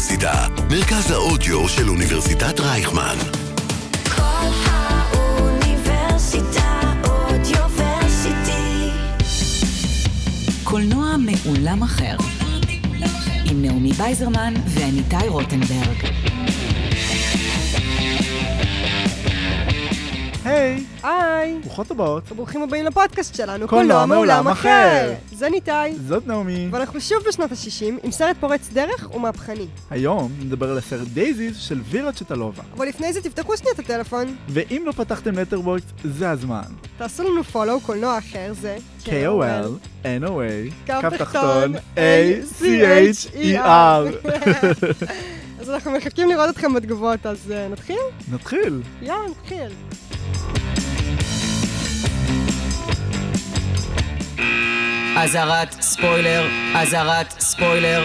האוניברסיטה, מרכז האודיו של אוניברסיטת רייכמן. כל האוניברסיטה אודיוורסיטי. קולנוע מעולם אחר, עם נעמי בייזרמן ואניטאי רוטנברג. היי, היי, ברוכות הבאות. ברוכים הבאים לפודקאסט שלנו, קולנוע מעולם אחר. זה ניטאי, זאת נעמי. ואנחנו שוב בשנות ה-60 עם סרט פורץ דרך ומהפכני. היום נדבר על הסרט דייזיז של וירה צ'טלובה. אבל לפני זה תפתחו שנייה את הטלפון. ואם לא פתחתם לטרבוקס, זה הזמן. תעשו לנו פולו, קולנוע אחר זה KOL, NOA, קו קו תחתון, תחתון, ACHER. אז אנחנו מחכים לראות אתכם בתגובות, אז נתחיל? נתחיל. יאללה, נתחיל. אזהרת ספוילר, אזהרת ספוילר.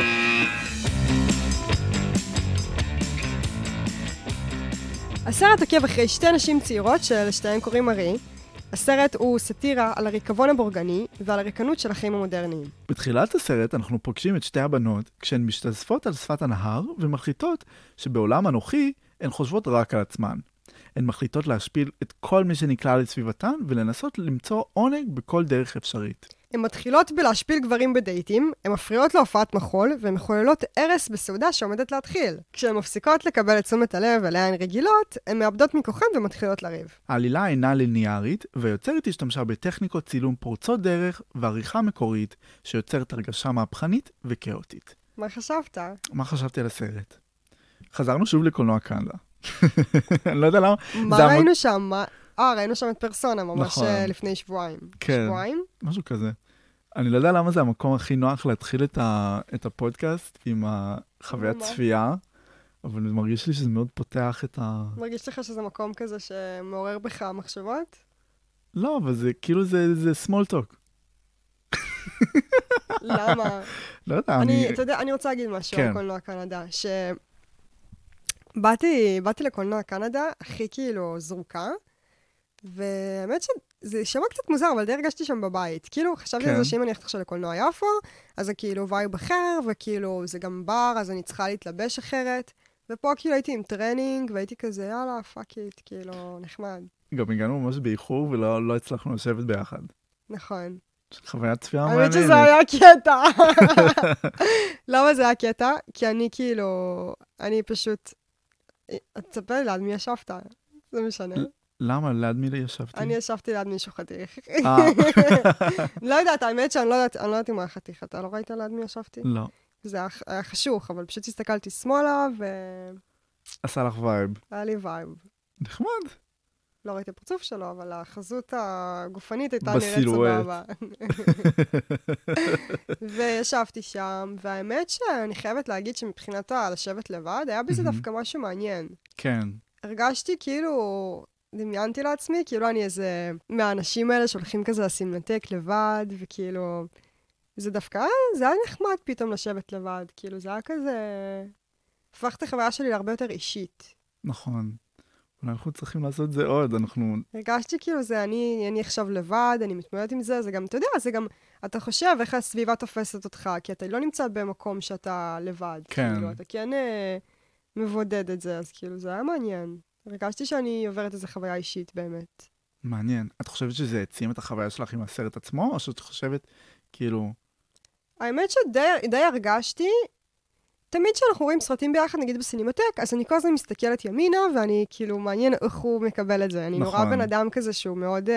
הסרט עוקב אחרי שתי נשים צעירות שלשתיהן קוראים מרי. הסרט הוא סאטירה על הריקבון הבורגני ועל הריקנות של החיים המודרניים. בתחילת הסרט אנחנו פוגשים את שתי הבנות כשהן משתזפות על שפת הנהר ומחליטות שבעולם אנוכי הן חושבות רק על עצמן. הן מחליטות להשפיל את כל מי שנקלע לסביבתן ולנסות למצוא עונג בכל דרך אפשרית. הן מתחילות בלהשפיל גברים בדייטים, הן מפריעות להופעת מחול והן מחוללות הרס בסעודה שעומדת להתחיל. כשהן מפסיקות לקבל את תשומת הלב אליה הן רגילות, הן מאבדות מכוחן ומתחילות לריב. העלילה אינה ליניארית, והיוצרת השתמשה בטכניקות צילום פורצות דרך ועריכה מקורית שיוצרת הרגשה מהפכנית וכאוטית. מה חשבת? מה חשבתי על הסרט? חזרנו שוב לקולנוע קנדה. אני לא יודע למה. מה ראינו שם? ראינו שם את פרסונה ממש נכון. לפני שבועיים. כן. שבועיים? משהו כזה. אני לא יודע למה זה המקום הכי נוח להתחיל את הפודקאסט עם החוויית מה? צפייה, אבל מרגיש לי שזה מאוד פותח את מרגיש לך שזה מקום כזה שמעורר בך מחשבות? לא, אבל זה כאילו זה small talk. למה? לא יודע, אתה יודע, אני רוצה להגיד משהו כן. על קולנוע קנדה, באתי לקולנוע קנדה הכי כאילו זרוקה, והאמת שזה שמע קצת מוזר, אבל די הרגשתי שם בבית. כאילו, חשבתי כן. על זה שאם אני הולכת עכשיו לקולנוע יפו, אז זה כאילו וייב אחר, וכאילו זה גם בר, אז אני צריכה להתלבש אחרת. ופה כאילו הייתי עם טרנינג, והייתי כזה, יאללה, פאק איט, כאילו, נחמד. גם הגענו ממש באיחור ולא הצלחנו לשבת ביחד. נכון. חוויית צפייה האמת מעניינת. שזה היה קטע. למה זה היה קטע? כי אני כאילו, אני פשוט, תספר לי ליד מי ישבת, זה משנה. למה? ליד מי ישבתי? אני ישבתי ליד מישהו חתיך. אה. לא יודעת, האמת שאני לא יודעת אם הוא היה חתיך. אתה לא ראית ליד מי ישבתי? לא. זה היה חשוך, אבל פשוט הסתכלתי שמאלה, עשה לך וייב. והיה לי וייב. נחמד. לא ראיתי פרצוף שלו, אבל החזות הגופנית הייתה נראית בסילואט. סבבה. וישבתי שם, והאמת שאני חייבת להגיד שמבחינת לשבת לבד, היה בזה דווקא משהו מעניין. כן. הרגשתי כאילו, דמיינתי לעצמי, כאילו אני איזה מהאנשים האלה שהולכים כזה לסינמטק לבד, וכאילו, זה דווקא, זה היה נחמד פתאום לשבת לבד, כאילו זה היה כזה, הפך את החוויה שלי להרבה יותר אישית. נכון. אולי אנחנו צריכים לעשות את זה עוד, אנחנו... הרגשתי כאילו זה, אני עכשיו לבד, אני מתמודדת עם זה, זה גם, אתה יודע, זה גם, אתה חושב איך הסביבה תופסת אותך, כי אתה לא נמצא במקום שאתה לבד. כן. כאילו, אתה כן מבודד את זה, אז כאילו זה היה מעניין. הרגשתי שאני עוברת איזו חוויה אישית באמת. מעניין. את חושבת שזה העצים את החוויה שלך עם הסרט עצמו, או שאת חושבת, כאילו... האמת שדי הרגשתי, תמיד כשאנחנו רואים סרטים ביחד, נגיד בסינמטק, אז אני כל הזמן מסתכלת ימינה, ואני כאילו מעניין איך הוא מקבל את זה. אני נורא נכון. בן אדם כזה שהוא מאוד,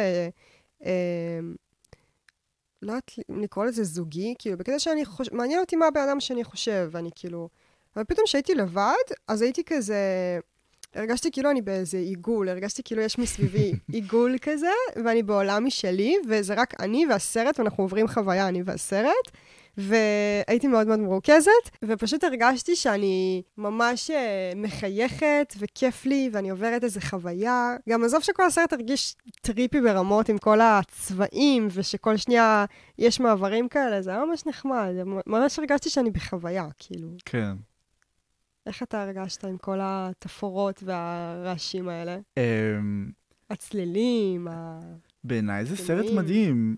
לא יודעת לקרוא לזה זוגי, כאילו בקטע שאני חושב, מעניין אותי מה הבן אדם שאני חושב, ואני כאילו, אבל פתאום שהייתי לבד, אז הייתי כזה, הרגשתי כאילו אני באיזה עיגול, הרגשתי כאילו יש מסביבי עיגול כזה, ואני בעולם משלי, וזה רק אני והסרט, ואנחנו עוברים חוויה, אני והסרט, והייתי מאוד מאוד מרוכזת, ופשוט הרגשתי שאני ממש מחייכת וכיף לי, ואני עוברת איזו חוויה. גם עזוב שכל הסרט הרגיש טריפי ברמות עם כל הצבעים, ושכל שנייה יש מעברים כאלה, זה היה ממש נחמד. ממש הרגשתי שאני בחוויה, כאילו. כן. איך אתה הרגשת עם כל התפורות והרעשים האלה? הצלילים, בעיניי זה סרט מדהים.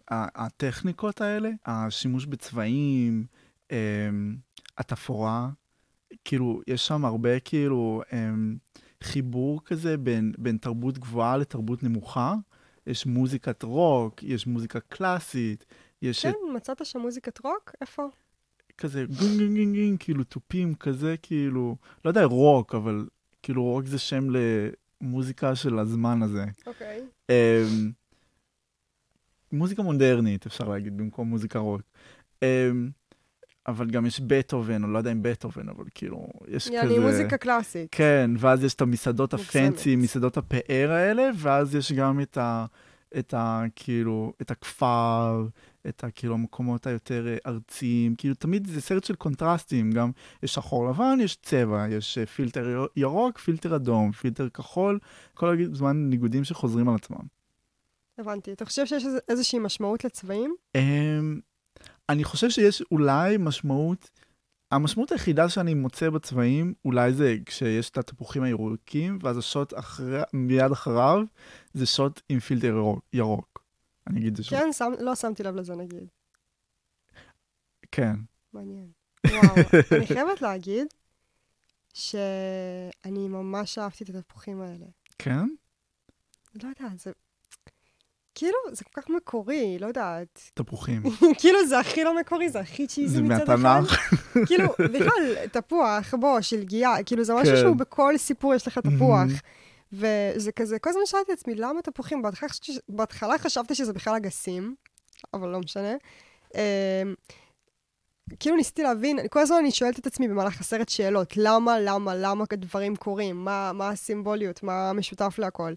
הטכניקות האלה, השימוש בצבעים, התפאורה, כאילו, יש שם הרבה כאילו חיבור כזה בין תרבות גבוהה לתרבות נמוכה. יש מוזיקת רוק, יש מוזיקה קלאסית, יש כן, מצאת שם מוזיקת רוק? איפה? כזה גינג גינג גינג גינג, כאילו טופים כזה, כאילו, לא יודע, רוק, אבל כאילו רוק זה שם למוזיקה של הזמן הזה. אוקיי. מוזיקה מודרנית, אפשר להגיד, במקום מוזיקה רוק. אבל גם יש בטהובן, או לא יודע אם בטהובן, אבל כאילו, יש כזה... יעני מוזיקה קלאסית. כן, ואז יש את המסעדות מוגזמת. הפנסי, מסעדות הפאר האלה, ואז יש גם כאילו, את הכפר, את כאילו המקומות היותר ארציים, כאילו תמיד זה סרט של קונטרסטים, גם יש שחור לבן, יש צבע, יש פילטר ירוק, פילטר אדום, פילטר כחול, כל הזמן ניגודים שחוזרים על עצמם. הבנתי. אתה חושב שיש איזושהי משמעות לצבעים? אני חושב שיש אולי משמעות, המשמעות היחידה שאני מוצא בצבעים, אולי זה כשיש את התפוחים הירוקים, ואז השוט מיד אחריו, זה שוט עם פילטר ירוק. אני אגיד זה שוט. כן, לא שמתי לב לזה נגיד. כן. מעניין. וואו, אני חייבת להגיד שאני ממש אהבתי את התפוחים האלה. כן? לא יודעת, זה... כאילו, זה כל כך מקורי, לא יודעת. תפוחים. כאילו, זה הכי לא מקורי, זה הכי צ'יזי זה מצד אחד. מהתנ"ך. כאילו, בכלל, תפוח, בוא, של גיאה, כאילו, זה משהו כן. שהוא בכל סיפור יש לך תפוח. וזה כזה, כל הזמן שאלתי את עצמי, למה תפוחים? בהתחלה חשבתי שזה בכלל אגסים, אבל לא משנה. כאילו ניסיתי להבין, כל הזמן אני שואלת את עצמי במהלך הסרט שאלות, למה דברים קורים? מה הסימבוליות? מה המשותף להכל?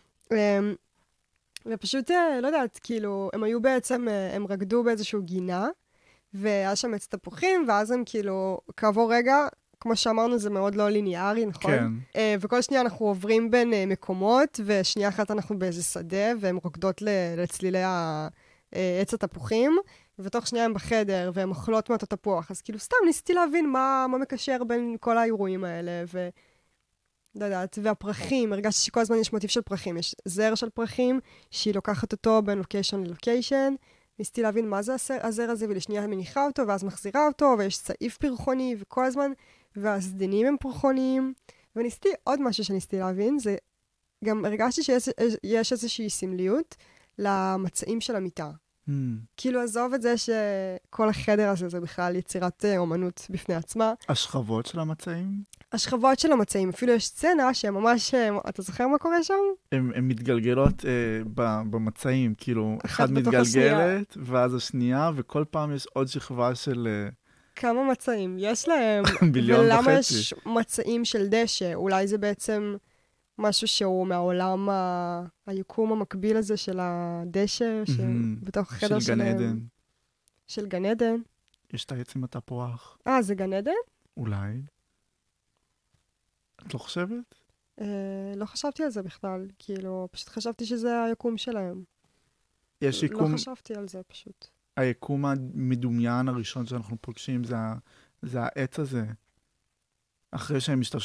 ופשוט, לא יודעת, כאילו, הם היו בעצם, הם רקדו באיזשהו גינה, והיה שם את תפוחים, ואז הם כאילו, כעבור רגע, כמו שאמרנו, זה מאוד לא ליניארי, נכון? כן. וכל שנייה אנחנו עוברים בין מקומות, ושנייה אחת אנחנו באיזה שדה, והן רוקדות לצלילי עץ התפוחים, ותוך שנייה הם בחדר, והן אוכלות מאותו תפוח. אז כאילו, סתם ניסיתי להבין מה מקשר בין כל האירועים האלה, לא יודעת, והפרחים, הרגשתי שכל הזמן יש מוטיב של פרחים, יש זר של פרחים, שהיא לוקחת אותו בין לוקיישן ללוקיישן, ניסיתי להבין מה זה הזר הזה, ולשנייה מניחה אותו, ואז מחזירה אותו, ויש צעיף פרחוני, וכל הזמן, והסדנים הם פרחוניים, וניסיתי עוד משהו שניסיתי להבין, זה גם הרגשתי שיש איזושהי סמליות למצעים של המיטה. כאילו, עזוב את זה שכל החדר הזה זה בכלל יצירת אומנות בפני עצמה. השכבות של המצעים? השכבות של המצעים, אפילו יש סצנה שממש, אתה זוכר מה קורה שם? הן מתגלגלות במצעים, כאילו, אחת אחד בתוך השנייה. מתגלגלת, ואז השנייה, וכל פעם יש עוד שכבה של... כמה מצעים יש להם? ביליון ולמה וחצי. יש מצעים של דשא? אולי זה בעצם משהו שהוא מהעולם היקום המקביל הזה של הדשא, שבתוך החדר של גן שלהם. עדן. של גן עדן? יש את העץ עם התפוח. זה גן עדן? אולי. את לא חושבת? לא חשבתי על זה בכלל, כאילו, פשוט חשבתי שזה היקום שלהם. יש יקום, לא חשבתי על זה פשוט. היקום המדומיין הראשון שאנחנו פוגשים זה העץ הזה. אחרי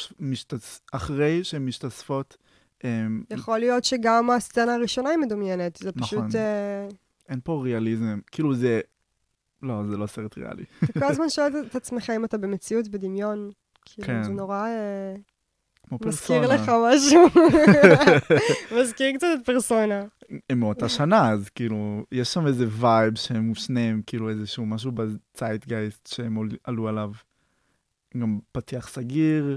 שהן משתספות... יכול להיות שגם הסצנה הראשונה היא מדומיינת, זה פשוט... נכון. אין פה ריאליזם. כאילו זה... לא, זה לא סרט ריאלי. אתה כל הזמן שואל את עצמך אם אתה במציאות, בדמיון. כאילו, כן. זה נורא... כמו מזכיר פרסונה. לך משהו. מזכיר קצת את פרסונה. הם מאותה שנה, אז כאילו, יש שם איזה וייב שהם שניהם, כאילו איזשהו משהו בצייטגייסט שהם עלו עליו. גם פתיח סגיר,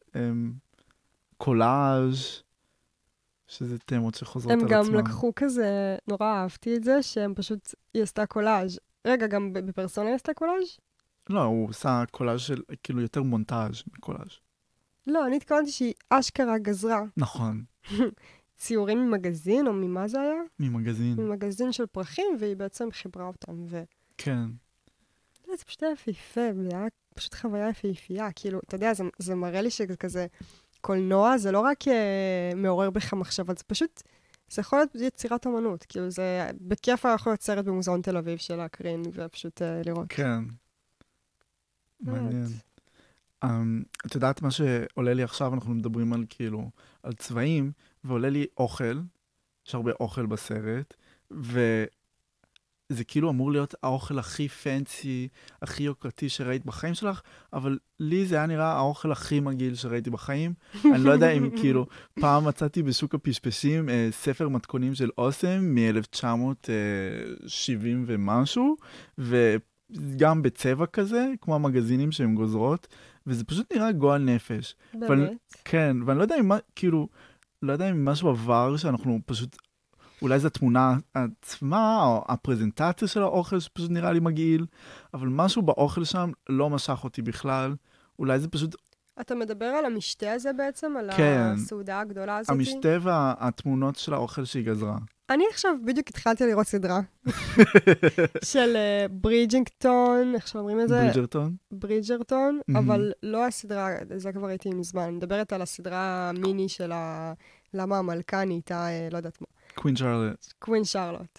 קולאז', שזה תמות שחוזרות על הם עצמם. גם לקחו כזה, נורא אהבתי את זה, שהם פשוט, היא עשתה קולאז'. רגע, גם בפרסונה היא עשתה קולאז'? לא, הוא עושה קולאז' של, כאילו יותר מונטאז' מקולאז'. לא, אני התכוונתי שהיא אשכרה גזרה. נכון, ציורים ממגזין, או ממה זה היה? ממגזין. ממגזין של פרחים, והיא בעצם חיברה אותם, כן. זה פשוט היה יפהפה, זה היה פשוט חוויה יפהפייה, כאילו, אתה יודע, זה מראה לי שכזה, קולנוע זה לא רק מעורר בך מחשבות, זה פשוט, זה יכול להיות יצירת אמנות, כאילו זה בכיף יכול להיות סרט במוזיאון תל אביב של להקרין, ופשוט לראות. כן. מעניין. את יודעת מה שעולה לי עכשיו, אנחנו מדברים על כאילו, על צבעים, ועולה לי אוכל, יש הרבה אוכל בסרט, וזה כאילו אמור להיות האוכל הכי פנסי, הכי יוקרתי שראית בחיים שלך, אבל לי זה היה נראה האוכל הכי מגעיל שראיתי בחיים. אני לא יודע אם כאילו, פעם מצאתי בשוק הפשפשים ספר מתכונים של אוסם מ-1970 ומשהו, וגם בצבע כזה, כמו המגזינים שהן גוזרות, וזה פשוט נראה גועל נפש. באמת? כן, ואני לא יודע אם כאילו, לא יודע אם משהו עבר שאנחנו פשוט, אולי זו התמונה עצמה, או הפרזנטציה של האוכל שפשוט נראה לי מגעיל, אבל משהו באוכל שם לא משך אותי בכלל. אולי זה פשוט... אתה מדבר על המשתה הזה בעצם? על כן. הסעודה הגדולה הזאת? המשתה והתמונות של האוכל שהיא גזרה. אני עכשיו בדיוק התחלתי לראות סדרה של ברידג'ינגטון, איך שאומרים את זה? ברידג'רטון? ברידג'רטון, אבל לא הסדרה, זה כבר הייתי מזמן. אני מדברת על הסדרה המיני של למה המלכה נהייתה, לא יודעת מה. קווין שרלוט. קווין שרלוט.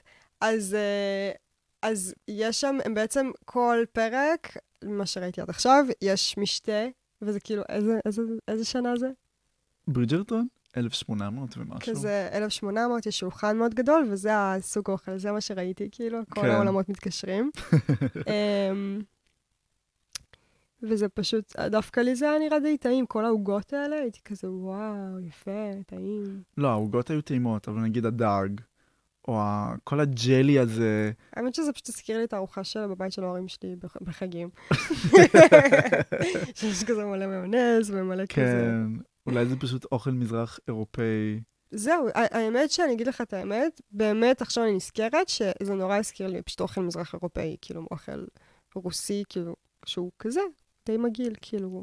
אז יש שם, הם בעצם כל פרק, מה שראיתי עד עכשיו, יש משתה, וזה כאילו, איזה שנה זה? ברידג'רטון? 1800 ומשהו. כזה 1800, יש שולחן מאוד גדול, וזה הסוג אוכל, זה מה שראיתי, כאילו, כל כן. העולמות מתקשרים. וזה פשוט, דווקא לי זה היה נראה די טעים, כל העוגות האלה, הייתי כזה, וואו, יפה, טעים. לא, העוגות היו טעימות, אבל נגיד הדארג, או כל הג'לי הזה. האמת שזה פשוט הזכיר לי את הארוחה שלה בבית של ההורים שלי בחגים. שיש כזה מלא מיונז ומלא כזה. כן, אולי זה פשוט אוכל מזרח אירופאי. זהו, האמת שאני אגיד לך את האמת, באמת עכשיו אני נזכרת שזה נורא הזכיר לי פשוט אוכל מזרח אירופאי, כאילו אוכל רוסי, כאילו, שהוא כזה, די מגעיל, כאילו.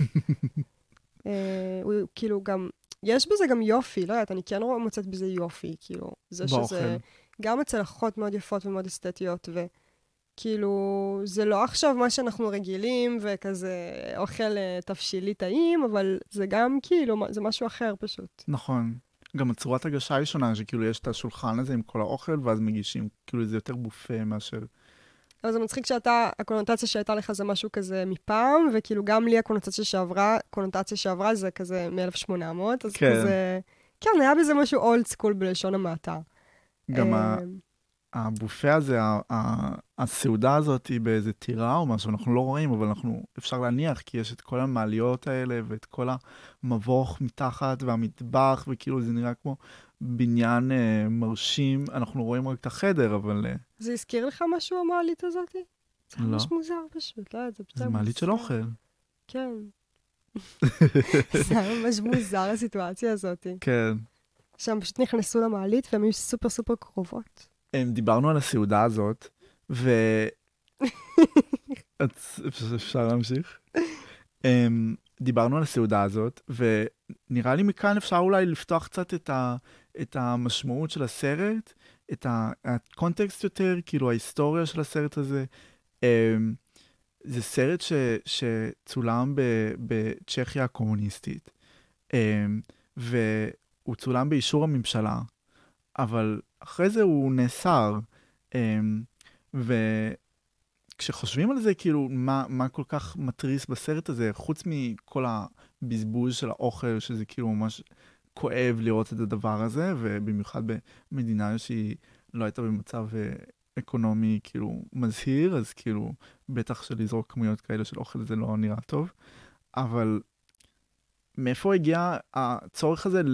הוא כאילו גם, יש בזה גם יופי, לא יודעת, אני כן מוצאת בזה יופי, כאילו, זה שזה, גם הצלחות מאוד יפות ומאוד אסתטיות, וכאילו, זה לא עכשיו מה שאנחנו רגילים, וכזה אוכל תבשילי טעים, אבל זה גם כאילו, זה משהו אחר פשוט. נכון. גם הצורת הגשה היא שונה, שכאילו יש את השולחן הזה עם כל האוכל, ואז מגישים, כאילו זה יותר בופה מאשר... אבל זה מצחיק שאתה, הקונוטציה שהייתה לך זה משהו כזה מפעם, וכאילו גם לי הקונוטציה שעברה זה כזה מ-1800, אז כן. כזה... כן, היה בזה משהו אולד סקול בלשון המעטה. גם הבופה הזה, הסעודה הזאת היא באיזה טירה או משהו, אנחנו לא רואים, אבל אפשר להניח, כי יש את כל המעליות האלה, ואת כל המבוך מתחת והמטבח, וכאילו זה נראה כמו בניין מרשים, אנחנו רואים רק את החדר, אבל... זה הזכיר לך משהו, המעלית הזאת? זה לא. ממש מוזר פשוט, לא? זה מעלית של אוכל. כן. זה היה ממש מוזר הסיטואציה הזאת. כן. שהם פשוט נכנסו למעלית, והם היו סופר סופר קרובות. דיברנו על הסעודה הזאת, אפשר להמשיך? דיברנו על הסעודה הזאת, ונראה לי מכאן אפשר אולי לפתוח קצת את המשמעות של הסרט, את הקונטקסט יותר, כאילו ההיסטוריה של הסרט הזה. זה סרט שצולם בצ'כיה הקומוניסטית, והוא צולם באישור הממשלה, אבל אחרי זה הוא נאסר, וכשחושבים על זה, כאילו, מה כל כך מטריס בסרט הזה, חוץ מכל הבזבוז של האוכל, שזה כאילו ממש כואב לראות את הדבר הזה, ובמיוחד במדינה שהיא לא הייתה במצב אקונומי, כאילו, מזהיר, אז כאילו, בטח שלזרוק כמויות כאלה של אוכל זה לא נראה טוב, אבל מאיפה הגיע הצורך הזה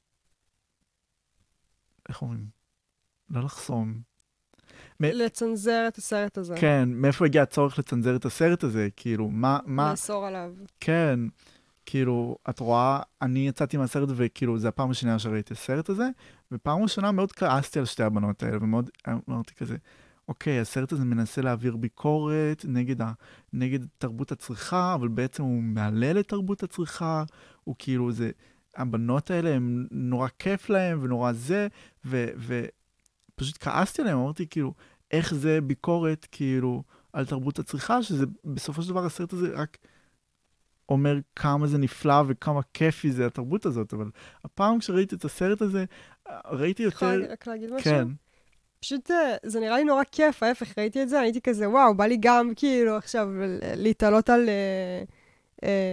איך אומרים? לא לחסום. לצנזר את הסרט הזה. כן, מאיפה הגיע הצורך לצנזר את הסרט הזה? כאילו, מה... לאסור עליו. כן, כאילו, את רואה, אני יצאתי מהסרט וכאילו, זה הפעם השנייה שראיתי את הסרט הזה, ופעם ראשונה מאוד כעסתי על שתי הבנות האלה, ומאוד אמרתי כזה, אוקיי, הסרט הזה מנסה להעביר ביקורת נגד תרבות הצריכה, אבל בעצם הוא מעלל את תרבות הצריכה, הוא כאילו, הבנות האלה, הם נורא כיף להם ונורא זה, ופשוט כעסתי עליהם, אמרתי כאילו, איך זה ביקורת כאילו על תרבות הצריכה, שזה בסופו של דבר הסרט הזה רק אומר כמה זה נפלא וכמה כיפי זה התרבות הזאת, אבל הפעם כשראיתי את הסרט הזה, ראיתי יותר... יכולה רק להגיד משהו? כן. פשוט זה נראה לי נורא כיף, ההפך, ראיתי את זה, הייתי כזה, וואו, בא לי גם כאילו עכשיו להתעלות על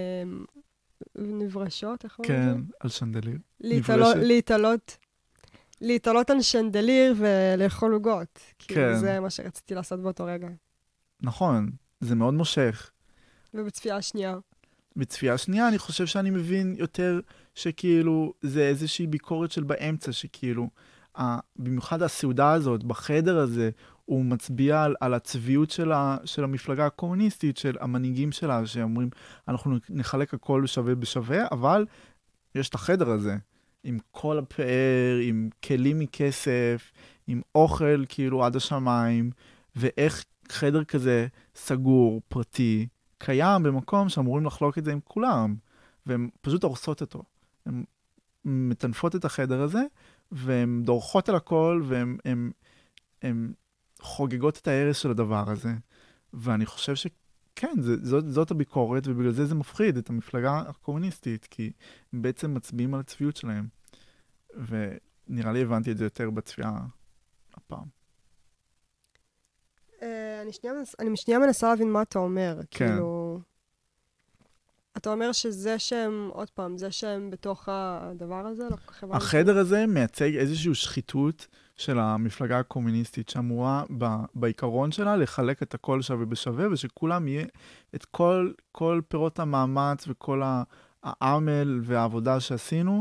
נברשות, איך אומרים את זה? כן, על שנדליר. להתעלות להתעלות על שנדליר ולאכול עוגות. כאילו, כן. זה מה שרציתי לעשות באותו רגע. נכון, זה מאוד מושך. ובצפייה השנייה. בצפייה שנייה אני חושב שאני מבין יותר שכאילו זה איזושהי ביקורת של באמצע, שכאילו, במיוחד הסעודה הזאת, בחדר הזה, הוא מצביע על הצביעות של המפלגה הקומוניסטית, של המנהיגים שלה, שאומרים, אנחנו נחלק הכל שווה בשווה, אבל יש את החדר הזה, עם כל הפאר, עם כלים מכסף, עם אוכל כאילו עד השמיים, ואיך חדר כזה סגור, פרטי, קיים במקום שאמורים לחלוק את זה עם כולם, והן פשוט הורסות אותו. הן מטנפות את החדר הזה, והן דורכות על הכל, והן חוגגות את ההרס של הדבר הזה. ואני חושב שכן, זאת הביקורת, ובגלל זה מפחיד את המפלגה הקומוניסטית, כי הם בעצם מצביעים על הצביעות שלהם. ונראה לי הבנתי את זה יותר בצפייה הפעם. אני שנייה מנסה להבין מה אתה אומר. כן. כאילו, אתה אומר שזה שהם, עוד פעם, זה שהם בתוך הדבר הזה, לא כל כך הבנתי. החדר הזה מייצג איזושהי שחיתות של המפלגה הקומוניסטית, שאמורה בעיקרון שלה לחלק את הכל שווה בשווה, ושכולם יהיה את כל פירות המאמץ וכל העמל והעבודה שעשינו,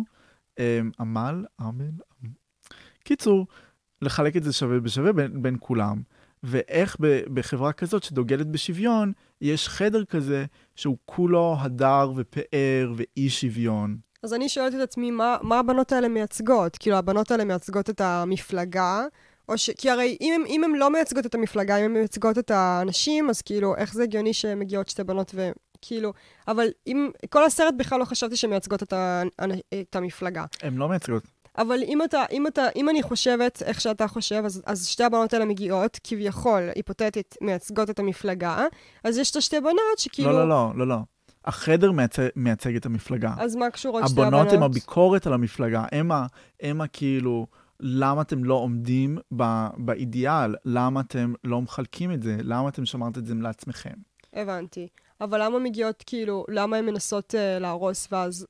קיצור, לחלק את זה שווה בשווה בין כולם. ואיך בחברה כזאת שדוגלת בשוויון, יש חדר כזה שהוא כולו הדר ופאר ואי שוויון. אז אני שואלת את עצמי, מה הבנות האלה מייצגות? כאילו, הבנות האלה מייצגות את המפלגה, כי הרי אם הן לא מייצגות את המפלגה, אם הן מייצגות את האנשים, אז כאילו, איך זה הגיוני שמגיעות שתי בנות וכאילו, אבל כל הסרט בכלל לא חשבתי שהן מייצגות את המפלגה. הן לא מייצגות. אבל אם אני חושבת איך שאתה חושב, אז שתי הבנות האלה מגיעות, כביכול, היפותטית, מייצגות את המפלגה, אז יש את השתי בנות שכאילו... לא. החדר מייצג את המפלגה. אז מה קשורות שתי הבנות? הבנות הן הביקורת על המפלגה. הם כאילו, למה אתם לא עומדים באידיאל? למה אתם לא מחלקים את זה? למה אתם שמרת את זה לעצמכם? הבנתי. אבל למה מגיעות, כאילו, למה הן מנסות להרוס, ואז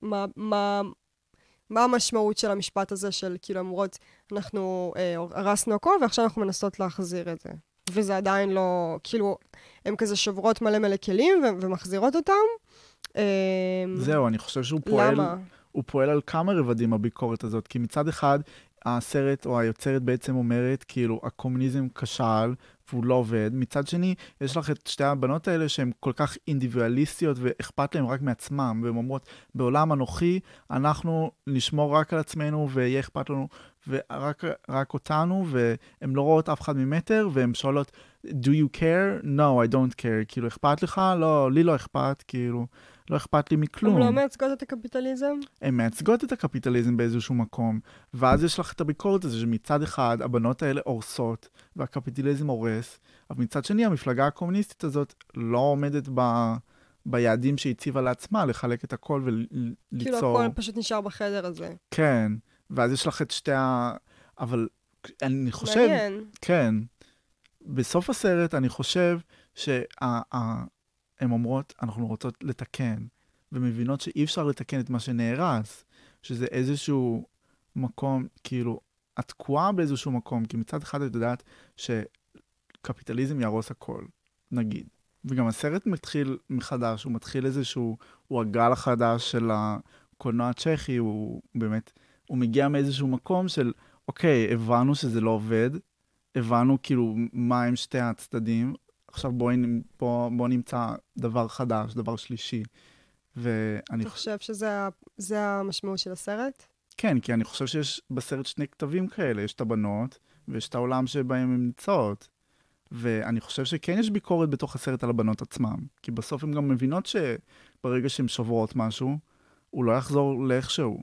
מה המשמעות של המשפט הזה של כאילו אמורות, אנחנו הרסנו הכל ועכשיו אנחנו מנסות להחזיר את זה. וזה עדיין לא, כאילו, הן כזה שוברות מלא כלים ומחזירות אותם. זהו, אני חושב שהוא פועל על כמה רבדים הביקורת הזאת, כי מצד אחד הסרט או היוצרת בעצם אומרת, כאילו, הקומוניזם כשל והוא לא עובד. מצד שני, יש לך את שתי הבנות האלה שהן כל כך אינדיבידואליסטיות ואכפת להן רק מעצמם, והן אומרות, בעולם אנוכי, אנחנו נשמור רק על עצמנו ויהיה אכפת לנו רק אותנו, והן לא רואות אף אחד ממטר, והן שואלות, do you care? No, I don't care. כאילו, אכפת לך? לא, לי לא אכפת, כאילו, לא אכפת לי מכלום. הן לא מייצגות את הקפיטליזם? הן מייצגות את הקפיטליזם באיזשהו מקום, ואז יש לך את הביקורת הזה שמצד אחד הבנות האלה הורסות, והקפיטליזם הורס, אבל מצד שני המפלגה הקומוניסטית הזאת לא עומדת ביעדים שהציבה לעצמה, לחלק את הכל וליצור... כאילו הכל פשוט נשאר בחדר הזה. כן, ואז יש לך את שתי אבל אני חושב... מעניין. כן. בסוף הסרט אני חושב הן אומרות, אנחנו רוצות לתקן, ומבינות שאי אפשר לתקן את מה שנהרס, שזה איזשהו מקום, כאילו, את תקועה באיזשהו מקום, כי מצד אחד את יודעת שקפיטליזם ירוס הכל, נגיד. וגם הסרט מתחיל מחדש, הוא מתחיל איזשהו, הוא הגל החדש של הקולנוע הצ'כי, הוא באמת, הוא מגיע מאיזשהו מקום של, אוקיי, הבנו שזה לא עובד, הבנו כאילו מה הם שתי הצדדים, עכשיו בוא נמצא דבר חדש, דבר שלישי. אתה חושב שזה המשמעות של הסרט? כן, כי אני חושב שיש בסרט שני כתבים כאלה, יש את הבנות, ויש את העולם שבהם הן נמצאות. ואני חושב שכן יש ביקורת בתוך הסרט על הבנות עצמם, כי בסוף הן גם מבינות שברגע שהן שוברות משהו, הוא לא יחזור לאיכשהו.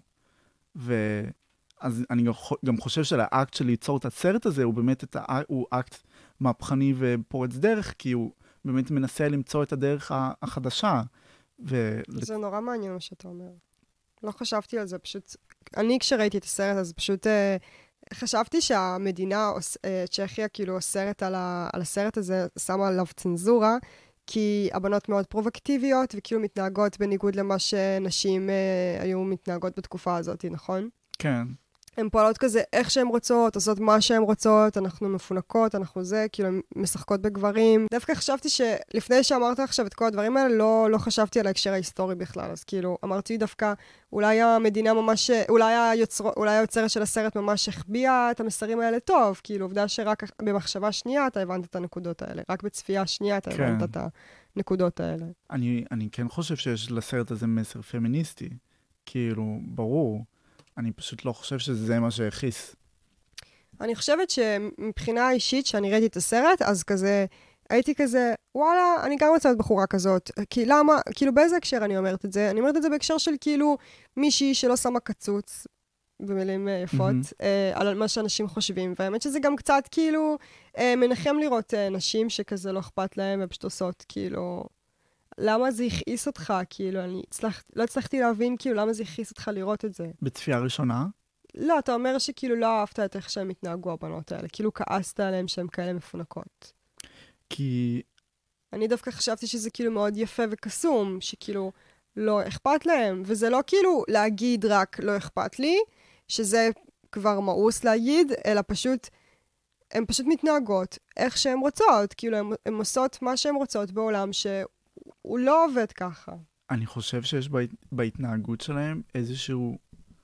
אז אני גם חושב שלאקט של ליצור את הסרט הזה, הוא באמת הוא אקט מהפכני ופורץ דרך, כי הוא באמת מנסה למצוא את הדרך החדשה. זה נורא מעניין מה שאתה אומר. לא חשבתי על זה, פשוט... אני כשראיתי את הסרט, אז פשוט חשבתי שהמדינה, צ'כיה, כאילו אוסרת על הסרט הזה, שמה עליו צנזורה, כי הבנות מאוד פרובוקטיביות, וכאילו מתנהגות בניגוד למה שנשים היו מתנהגות בתקופה הזאת, נכון? כן. הן פועלות כזה איך שהן רוצות, עושות מה שהן רוצות, אנחנו מפונקות, אנחנו זה, כאילו, הן משחקות בגברים. דווקא חשבתי שלפני שאמרת עכשיו את כל הדברים האלה, לא חשבתי על ההקשר ההיסטורי בכלל, אז כאילו, אמרתי דווקא, אולי המדינה ממש, אולי היוצרת של הסרט ממש החביאה את המסרים האלה טוב, כאילו, עובדה שרק במחשבה שנייה אתה הבנת את הנקודות האלה, רק בצפייה שנייה אתה הבנת את הנקודות האלה. אני כן חושב שיש לסרט הזה מסר פמיניסטי, כאילו, ברור. אני פשוט לא חושב שזה מה שהכיס. אני חושבת שמבחינה אישית, שאני ראיתי את הסרט, אז כזה, הייתי כזה, וואלה, אני גם רוצה להיות בחורה כזאת. כי למה, כאילו באיזה הקשר אני אומרת את זה? אני אומרת את זה בהקשר של כאילו מישהי שלא שמה קצוץ, במילים יפות, על מה שאנשים חושבים. והאמת שזה גם קצת כאילו מנחם לראות נשים שכזה לא אכפת להם, ופשוט עושות כאילו... למה זה הכעיס אותך? כאילו, אני לא הצלחתי להבין כאילו למה זה הכעיס אותך לראות את זה. בצפייה ראשונה? לא, אתה אומר שכאילו לא אהבת את איך שהם התנהגו הבנות האלה. כאילו כעסת עליהם שהם כאלה מפונקות. כי... אני דווקא חשבתי שזה כאילו מאוד יפה וקסום, שכאילו לא אכפת להם. וזה לא כאילו להגיד רק לא אכפת לי, שזה כבר מאוס להגיד, אלא פשוט, הן פשוט מתנהגות איך שהן רוצות. כאילו, הן עושות מה שהן רוצות בעולם שהוא לא עובד ככה. אני חושב שיש בהתנהגות שלהם איזשהו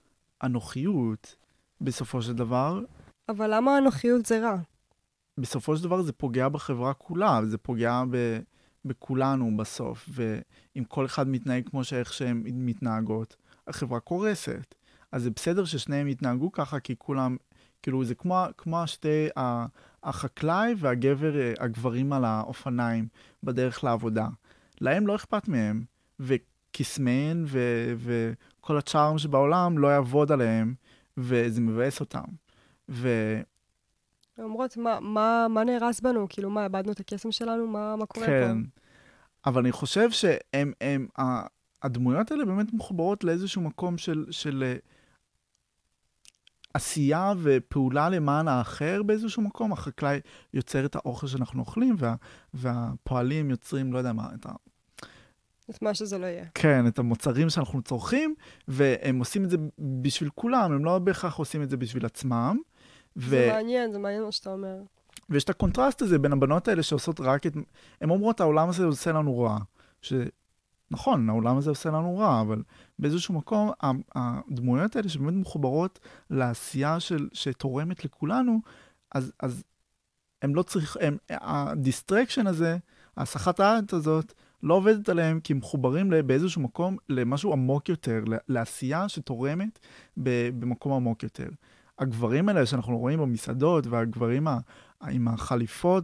אנוכיות בסופו של דבר. אבל למה האנוכיות זה רע? בסופו של דבר זה פוגע בחברה כולה, זה פוגע בכולנו בסוף, ואם כל אחד מתנהג כמו שאיך שהן מתנהגות, החברה קורסת. אז זה בסדר ששניהם יתנהגו ככה, כי כולם, כאילו זה כמו שתי החקלאי הגברים על האופניים בדרך לעבודה. להם לא אכפת מהם, וכסמן וכל הצ'ארם שבעולם לא יעבוד עליהם, וזה מבאס אותם. אומרות, מה נהרס בנו? כאילו, מה, הבדנו את הקסם שלנו? מה קורה פה? כן, אבל אני חושב שהדמויות האלה באמת מחוברות לאיזשהו מקום של עשייה ופעולה למען האחר באיזשהו מקום. החקלאי יוצר את האוכל שאנחנו אוכלים, והפועלים יוצרים, לא יודע מה, את מה שזה לא יהיה. כן, את המוצרים שאנחנו צורכים, והם עושים את זה בשביל כולם, הם לא בהכרח עושים את זה בשביל עצמם. זה מעניין מה שאתה אומר. ויש את הקונטרסט הזה בין הבנות האלה שעושות רק את... הן אומרות, העולם הזה עושה לנו רע. נכון, העולם הזה עושה לנו רע, אבל באיזשהו מקום, הדמויות האלה שבאמת מחוברות לעשייה שתורמת לכולנו, אז הם לא צריכים... הדיסטרקשן הזה, ההסחת העד הזאת, לא עובדת עליהם, כי הם מחוברים באיזשהו מקום למשהו עמוק יותר, לעשייה שתורמת במקום עמוק יותר. הגברים האלה שאנחנו רואים במסעדות, והגברים עם החליפות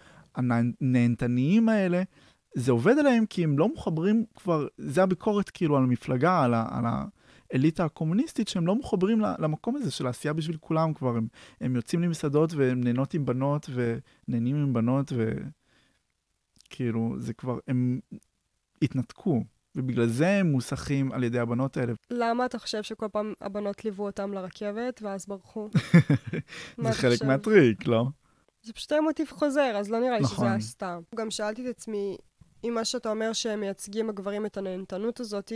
והנהנתניים האלה, זה עובד עליהם כי הם לא מחברים כבר, זה הביקורת כאילו על המפלגה, על האליטה הקומוניסטית, שהם לא מחברים למקום הזה של העשייה בשביל כולם כבר. הם יוצאים למסעדות והם נהנות עם בנות ונהנים עם בנות, וכאילו זה כבר, הם התנתקו. ובגלל זה הם מוסכים על ידי הבנות האלה. למה אתה חושב שכל פעם הבנות ליוו אותם לרכבת ואז ברחו? זה חלק מהטריק, לא? זה פשוט היה מוטיב חוזר, אז לא נראה לי שזה היה סתם. גם שאלתי את עצמי, אם מה שאתה אומר שהם מייצגים הגברים את הנהנתנות הזאת,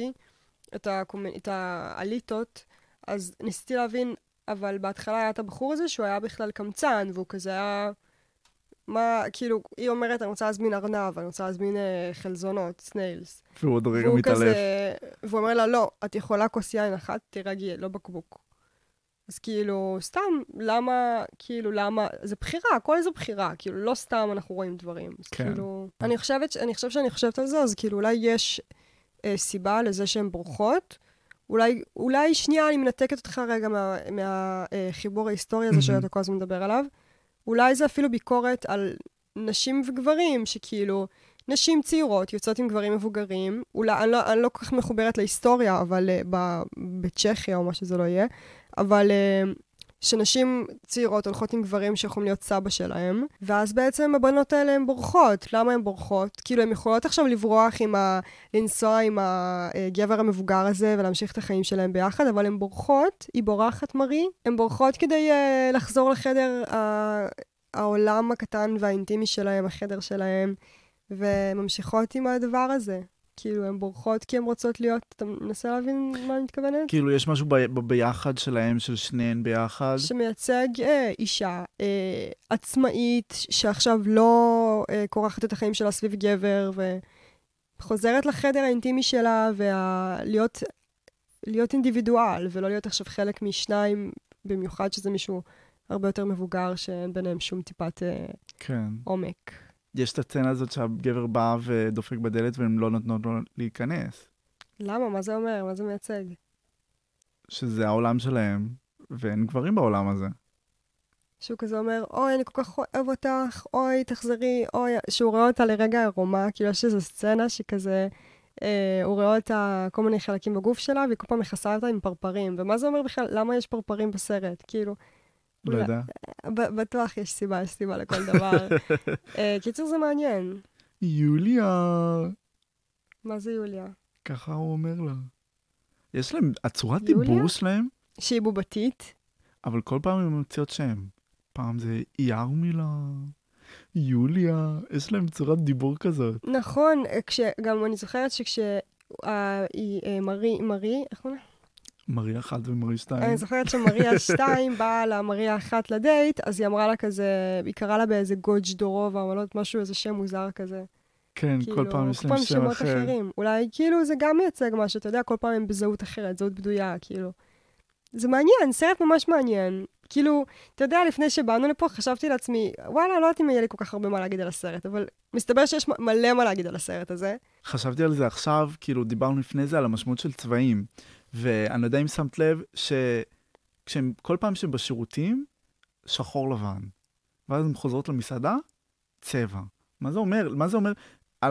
את האליטות, אז ניסיתי להבין, אבל בהתחלה היה את הבחור הזה שהוא היה בכלל קמצן, והוא כזה היה... מה, כאילו, היא אומרת, אני רוצה להזמין ארנב, אני רוצה להזמין חלזונות, סניילס. והוא עוד רגע מתעלף. והוא אומר לה, לא, את יכולה כוס יין אחת, תירגעי, לא בקבוק. אז כאילו, סתם, למה, זה בחירה, כל זה בחירה, כאילו, לא סתם אנחנו רואים דברים. אז כן. כאילו, אני חושבת על זה, אז כאילו, אולי יש סיבה לזה שהן בורחות, אולי שנייה אני מנתקת אותך רגע מהחיבור ההיסטורי הזה שאתה כל הזמן מדבר עליו, אולי זה אפילו ביקורת על נשים וגברים, שכאילו, נשים צעירות יוצאות עם גברים מבוגרים, אולי, אני לא כל כך מחוברת להיסטוריה, אבל בצ'כיה או מה שזה לא יהיה, אבל שנשים צעירות הולכות עם גברים שיכולים להיות סבא שלהם, ואז בעצם הבנות האלה הן בורחות. למה הן בורחות? כאילו, הן יכולות עכשיו לברוח לנסוע עם הגבר המבוגר הזה ולהמשיך את החיים שלהם ביחד, אבל הן בורחות, היא בורחת מרי, הן בורחות כדי לחזור לחדר העולם הקטן והאינטימי שלהם, החדר שלהם, וממשיכות עם הדבר הזה. כאילו, הן בורחות כי הן רוצות להיות, אתה מנסה להבין מה אני מתכוונת? כאילו, יש משהו ביחד שלהם, של שניהן ביחד? שמייצג אישה עצמאית, שעכשיו לא כורחת את החיים שלה סביב גבר, וחוזרת לחדר האינטימי שלה, להיות אינדיבידואל, ולא להיות עכשיו חלק משניים, במיוחד שזה מישהו הרבה יותר מבוגר, שאין ביניהם שום טיפת כן. עומק. יש את הסצנה הזאת שהגבר בא ודופק בדלת והם לא נותנות לו להיכנס. למה? מה זה אומר? מה זה מייצג? שזה העולם שלהם, ואין גברים בעולם הזה. שהוא כזה אומר, אוי, אני כל כך אוהב אותך, אוי, תחזרי, אוי, שהוא רואה אותה לרגע ערומה, כאילו יש איזו סצנה שכזה, הוא רואה אותה כל מיני חלקים בגוף שלה, והיא כל פעם מכסה אותה עם פרפרים. ומה זה אומר בכלל? למה יש פרפרים בסרט? כאילו... לא יודע. בטוח יש סיבה לכל דבר. קיצור, זה מעניין. יוליה. מה זה יוליה? ככה הוא אומר לה. יש להם, הצורת יוליה? דיבור שלהם, שהיא בובתית. אבל כל פעם הם ממציאות שם. פעם זה ירמילה, יוליה, יש להם צורת דיבור כזאת. נכון, גם אני זוכרת מרי, איך קוראים לה? מריה 1 ומריה 2. אני זוכרת שמריה 2 באה למריה 1 לדייט, אז היא אמרה לה כזה, היא קראה לה באיזה גוג' דורוב, אבל לא יודעת משהו, איזה שם מוזר כזה. כן, כל פעם יש להם שם אחר. אחרים. אולי כאילו זה גם מייצג משהו, אתה יודע, כל פעם הם בזהות אחרת, זהות בדויה, כאילו. זה מעניין, סרט ממש מעניין. כאילו, אתה יודע, לפני שבאנו לפה, חשבתי לעצמי, וואלה, לא יודעת אם יהיה לי כל כך הרבה מה להגיד על הסרט, אבל מסתבר שיש מלא מה להגיד על הסרט הזה. חשבתי על זה עכשיו, כאילו דיברנו לפני זה על המשמעות של צבעים, ואני לא יודע אם שמת לב כל פעם שהם בשירותים, שחור לבן. ואז הן חוזרות למסעדה, צבע. מה זה אומר? מה זה אומר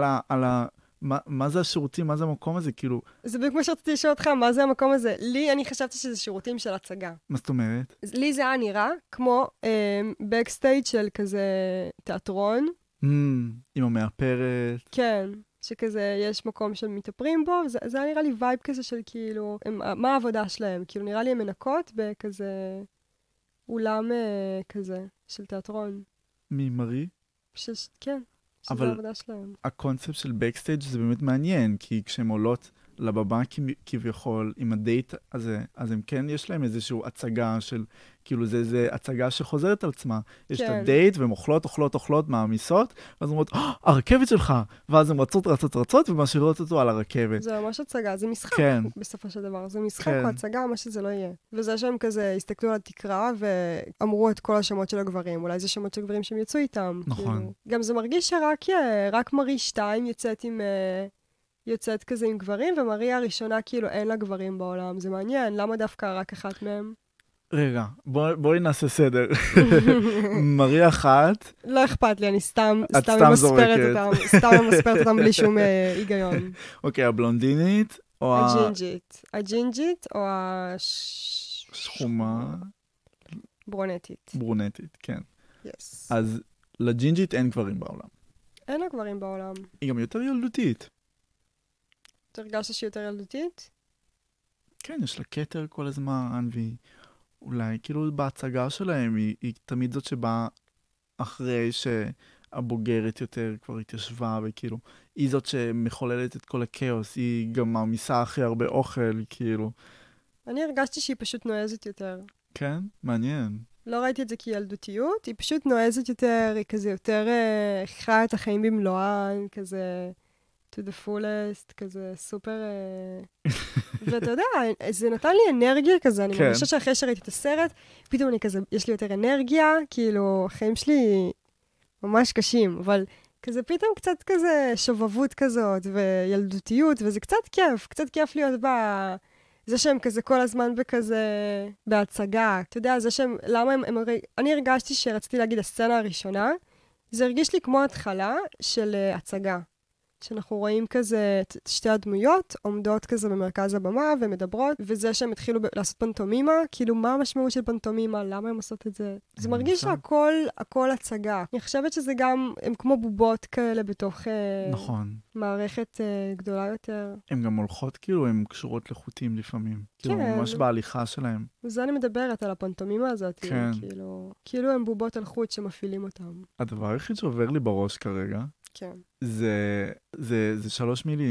מה זה השירותים? מה זה המקום הזה? כאילו... זה בדיוק מה שרציתי לשאול אותך, מה זה המקום הזה? לי, אני חשבתי שזה שירותים של הצגה. מה זאת אומרת? לי זה היה נראה כמו בקסטייג' של כזה תיאטרון. עם המאפרת. כן. שכזה יש מקום שמתאפרים בו, זה היה נראה לי וייב כזה של כאילו, מה העבודה שלהם? כאילו נראה לי הם מנקות בכזה אולם כזה של תיאטרון. ממרי? כן, שזה העבודה שלהם. הקונספט של בקסטייג' זה באמת מעניין, כי כשהם עולות לבמה כביכול עם הדייט הזה, אז הם כן יש להם איזושהי הצגה של, כאילו זה הצגה שחוזרת על עצמה. יש את הדייט, והן אוכלות, מעמיסות, ואז אומרות, הרכבת שלך! ואז הן רצות, ומשאירות אותו על הרכבת. זה ממש הצגה, זה משחק בסופו של דבר. זה משחק או הצגה, מה שזה לא יהיה. וזה שהם כזה הסתכלו על התקרה, ואמרו את כל השמות של הגברים. אולי זה שמות של גברים שהם יצאו איתם. נכון. גם זה מרגיש שרק מרי 2 יוצאת כזה עם גברים, ומריה הראשונה כאילו אין לה גברים בעולם. זה מעניין, למה דווקא רק אחת מהם? רגע, בואי נעשה סדר. מריה 1... לא אכפת לי, אני סתם ממספרת אותם בלי שום היגיון. אוקיי, הבלונדינית או הג'ינג'ית או שחומה? ברונטית, כן. אז לג'ינג'ית אין גברים בעולם. אין לה גברים בעולם. היא גם יותר ילדותית. אתה הרגשת שהיא יותר ילדותית? כן, יש לה כתר כל הזמן, והיא אולי כאילו בהצגה שלהם, היא תמיד זאת שבאה אחרי שהבוגרת יותר כבר התיישבה, וכאילו, היא זאת שמחוללת את כל הכאוס, היא גם מעמיסה הכי הרבה אוכל, כאילו. אני הרגשתי שהיא פשוט נועזת יותר. כן? מעניין. לא ראיתי את זה כילדותיות, היא פשוט נועזת יותר, היא כזה יותר חיה את החיים במלואן, כזה to the fullest, כזה סופר... ואתה יודע, זה נתן לי אנרגיה כזה, אני מרגישה שאחרי שראיתי את הסרט, פתאום אני כזה, יש לי יותר אנרגיה, כאילו, החיים שלי ממש קשים, אבל כזה פתאום קצת כזה שובבות כזאת, וילדותיות, וזה קצת כיף להיות זה שהם כזה כל הזמן בכזה, בהצגה. אתה יודע, זה שהם, למה אני הרגשתי שרציתי להגיד הסצנה הראשונה, זה הרגיש לי כמו התחלה של הצגה. שאנחנו רואים כזה שתי הדמויות עומדות כזה במרכז הבמה ומדברות, וזה שהם התחילו לעשות פנטומימה, כאילו מה המשמעות של פנטומימה, למה הם עושות את זה? זה מרגיש שהכל הצגה. אני חושבת שזה גם, הם כמו בובות כאלה בתוך מערכת גדולה יותר. הם גם הולכות כאילו, הן קשורות לחוטים לפעמים. כאילו ממש בהליכה שלהם. וזה אני מדברת על הפנטומימה הזאת. כאילו הם בובות על חוט שמפעילים אותם. הדבר היחיד שעובר לי בראש כרגע, כן. זה 3 מילים.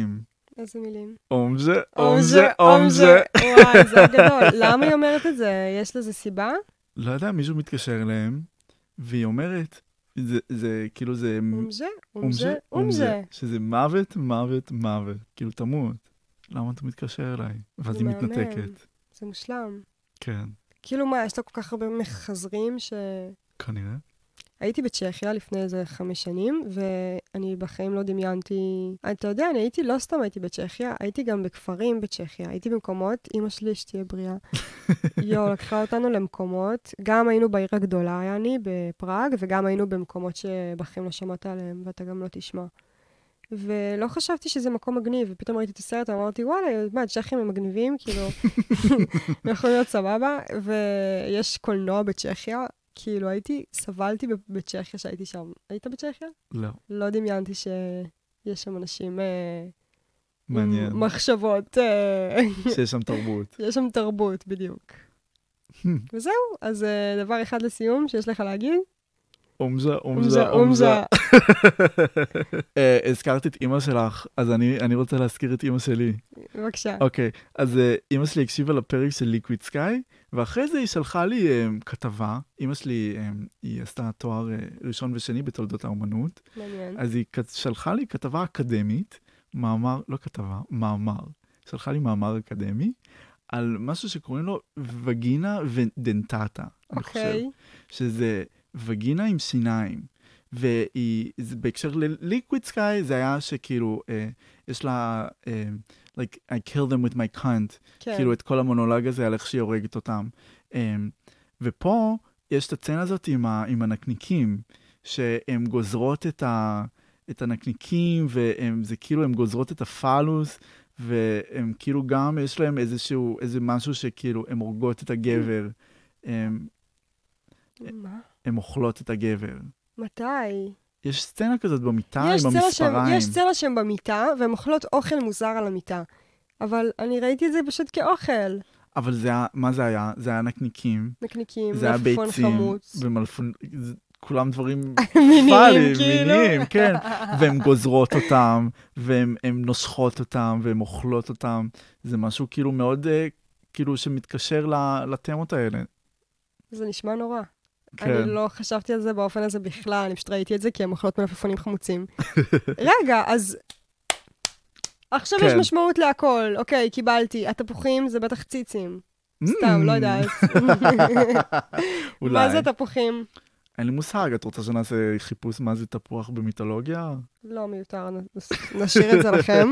איזה מילים? אומזה. וואי, זה גדול. למה היא אומרת את זה? יש לזה סיבה? לא יודע, מישהו מתקשר אליהם, והיא אומרת, זה כאילו זה... אומזה. שזה מוות, מוות, מוות. כאילו תמות. למה אתה מתקשר אליי? ואז היא מהמם. מתנתקת. זה מושלם. כן, כאילו מה, יש לה כל כך הרבה מחזרים כנראה. הייתי בצ'כיה לפני איזה 5 שנים, ואני בחיים לא דמיינתי... אתה יודע, לא סתם הייתי בצ'כיה, הייתי גם בכפרים בצ'כיה. הייתי במקומות, אמא שלי שתהיה בריאה. לקחה אותנו למקומות, גם היינו בעיר הגדולה, בפראג, וגם היינו במקומות שבחיים לא שמעת עליהם, ואתה גם לא תשמע. ולא חשבתי שזה מקום מגניב, ופתאום ראיתי את הסרט, אמרתי, וואלה, מה, צ'כים הם מגניבים, כאילו, יכולים להיות סבבה, ויש קולנוע בצ'כיה, כאילו, סבלתי בצ'כיה שהייתי שם. היית בצ'כיה? לא. לא דמיינתי שיש שם אנשים מעניין. מחשבות. שיש שם תרבות. יש שם תרבות, בדיוק. וזהו, אז דבר אחד לסיום שיש לך להגיד. אומזה. הזכרת את אמא שלך, אז אני רוצה להזכיר את אמא שלי. בבקשה. אוקיי, אז אמא שלי הקשיבה לפרק של ליקוויד סקאי, ואחרי זה היא שלחה לי כתבה. אמא שלי, היא עשתה תואר ראשון ושני בתולדות האומנות. מעניין. אז היא שלחה לי כתבה אקדמית, מאמר. שלחה לי מאמר אקדמי, על משהו שקוראים לו וגינה ודנטטה. אני חושב שזה וגינה עם שיניים. ובהקשר לליקוויד סקאי, זה היה שכאילו, יש לה, like, I kill them with my cunt, כאילו את כל המונולוג הזה על איך שהיא הורגת אותם. ופה יש את הצנה הזאת עם הנקניקים, שהן גוזרות את הנקניקים, וזה כאילו, הן גוזרות את הפלוס, והם כאילו גם, יש להם איזה משהו שכאילו, הן הורגות את הגבר. מה? הן אוכלות את הגבר. מתי? יש סצנה כזאת במיטה עם המספריים. יש סצנה שהן במיטה, והן אוכלות אוכל מוזר על המיטה. אבל אני ראיתי את זה פשוט כאוכל. אבל מה זה היה? זה היה נקניקים. נקניקים, זה היה מלפפון ביצים. חמוץ. כולם דברים מיניים, כאילו. מיניים, כן. והן גוזרות אותם, והן נושכות אותם, והן אוכלות אותם. זה משהו כאילו מאוד, כאילו שמתקשר לתמות האלה. זה נשמע נורא. כן. אני לא חשבתי על זה באופן הזה בכלל, אני פשוט ראיתי את זה כי הם אוכלות מלפפונים חמוצים. רגע, אז עכשיו יש משמעות להכל. אוקיי, קיבלתי. התפוחים זה בטח ציצים. סתם, לא יודעת. אולי. מה זה תפוחים? אין לי מושג, את רוצה שנעשה חיפוש מה זה תפוח במיתולוגיה? לא, מיותר, נשאיר את זה לכם.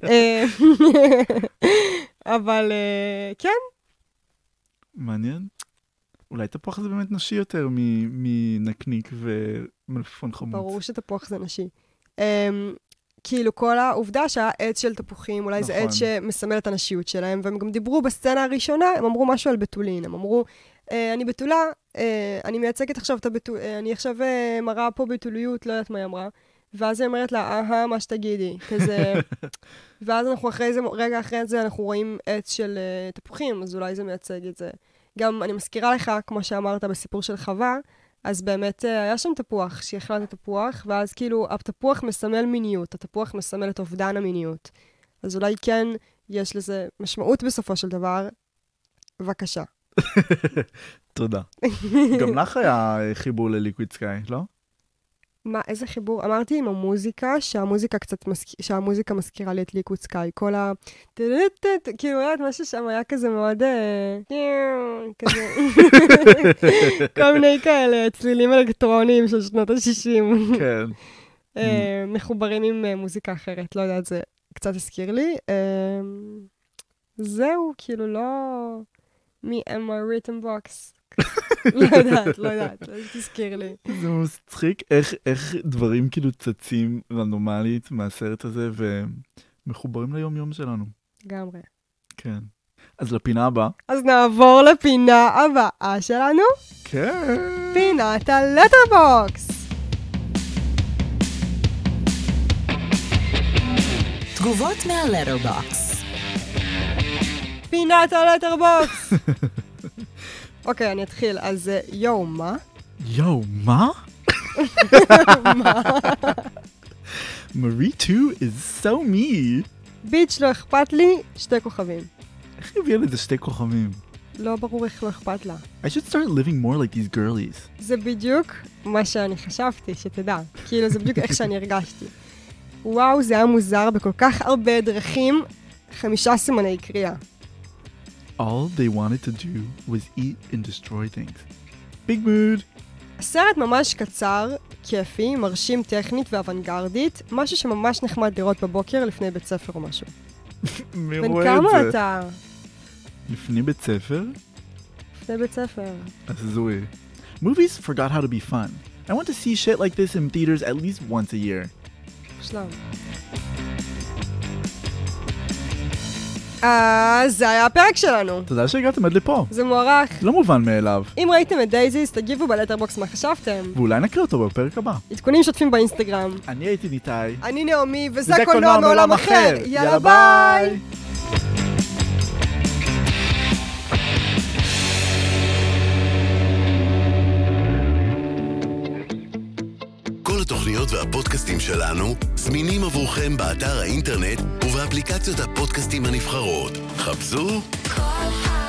אבל כן. מעניין. אולי תפוח זה באמת נשי יותר מנקניק ומלפפון חמוץ. ברור שתפוח זה נשי. כאילו כל העובדה שהעץ של תפוחים, אולי זה עץ שמסמל את הנשיות שלהם, והם גם דיברו בסצנה הראשונה, הם אמרו משהו על בתולין, הם אמרו, אני בתולה, אני מייצגת עכשיו אני עכשיו מראה פה בתוליות, לא יודעת מה היא אמרה, ואז היא אומרת לה, מה שתגידי, כזה, ואז אנחנו רגע אחרי זה, אנחנו רואים עץ של תפוחים, אז אולי זה מייצג את זה. גם אני מזכירה לך, כמו שאמרת בסיפור של חווה, אז באמת היה שם תפוח, שהיא אכלה את התפוח, ואז כאילו התפוח מסמל מיניות, התפוח מסמל את אובדן המיניות. אז אולי כן יש לזה משמעות בסופו של דבר. בבקשה. תודה. גם לך היה חיבור לליקוויד סקאי, לא? מה, איזה חיבור? אמרתי עם המוזיקה, שהמוזיקה מזכירה לי את ליקוויד סקאי. כל כאילו, משהו שם היה כזה מאוד... כזה... כל מיני כאלה, צלילים אלקטרוניים של שנות ה-60. כן. מחוברים עם מוזיקה אחרת, לא יודעת, זה קצת הזכיר לי. זהו, כאילו לא... me and my written box. לא יודעת, תזכיר לי. זה מצחיק איך דברים כאילו צצים רנדומלית מהסרט הזה ומחוברים ליום יום שלנו. גמרי. כן. אז לפינה הבאה. אז נעבור לפינה הבאה שלנו. כן. פינת הלטרבוקס. תגובות מהלטרבוקס. פינת הלטרבוקס. אוקיי, אני אתחיל. אז יו, מה? יו, מה? Marie too is so me. ביץ' לא אכפת לי, 2 כוכבים. איך היא הביאה לזה 2 כוכבים? לא ברור איך לא אכפת לה. I should start living more like these girlies. זה בדיוק מה שאני חשבתי, שתדע. כאילו, זה בדיוק איך שאני הרגשתי. וואו, זה היה מוזר בכל כך הרבה דרכים, 5 סימני קריאה. All they wanted to do was eat and destroy things. Big mood. הסרט ממש קצר, כיפי, מרשים טכנית ואוונגרדית, משהו שממש נחמד לראות בבוקר לפני בית ספר או משהו. מי בן רואה את כמה זה? אתה? לפני בית ספר? לפני בית ספר. הזוי. Movies forgot how to be fun. I want to see shit like this in theaters at least once a year. שלום. זה היה הפרק שלנו. תודה שהגעתם עד לפה. זה מוערך. לא מובן מאליו. אם ראיתם את דייזיס, תגיבו בלטרבוקס מה חשבתם. ואולי נקריא אותו בפרק הבא. עדכונים שוטפים באינסטגרם. אני הייתי ניתאי. אני נעמי, וזה קולנוע מעולם אחר. יאללה ביי! כל התוכניות והפודקאסטים שלנו זמינים עבורכם באתר האינטרנט ובאפליקציות הפודקאסטים הנבחרות. חפשו כל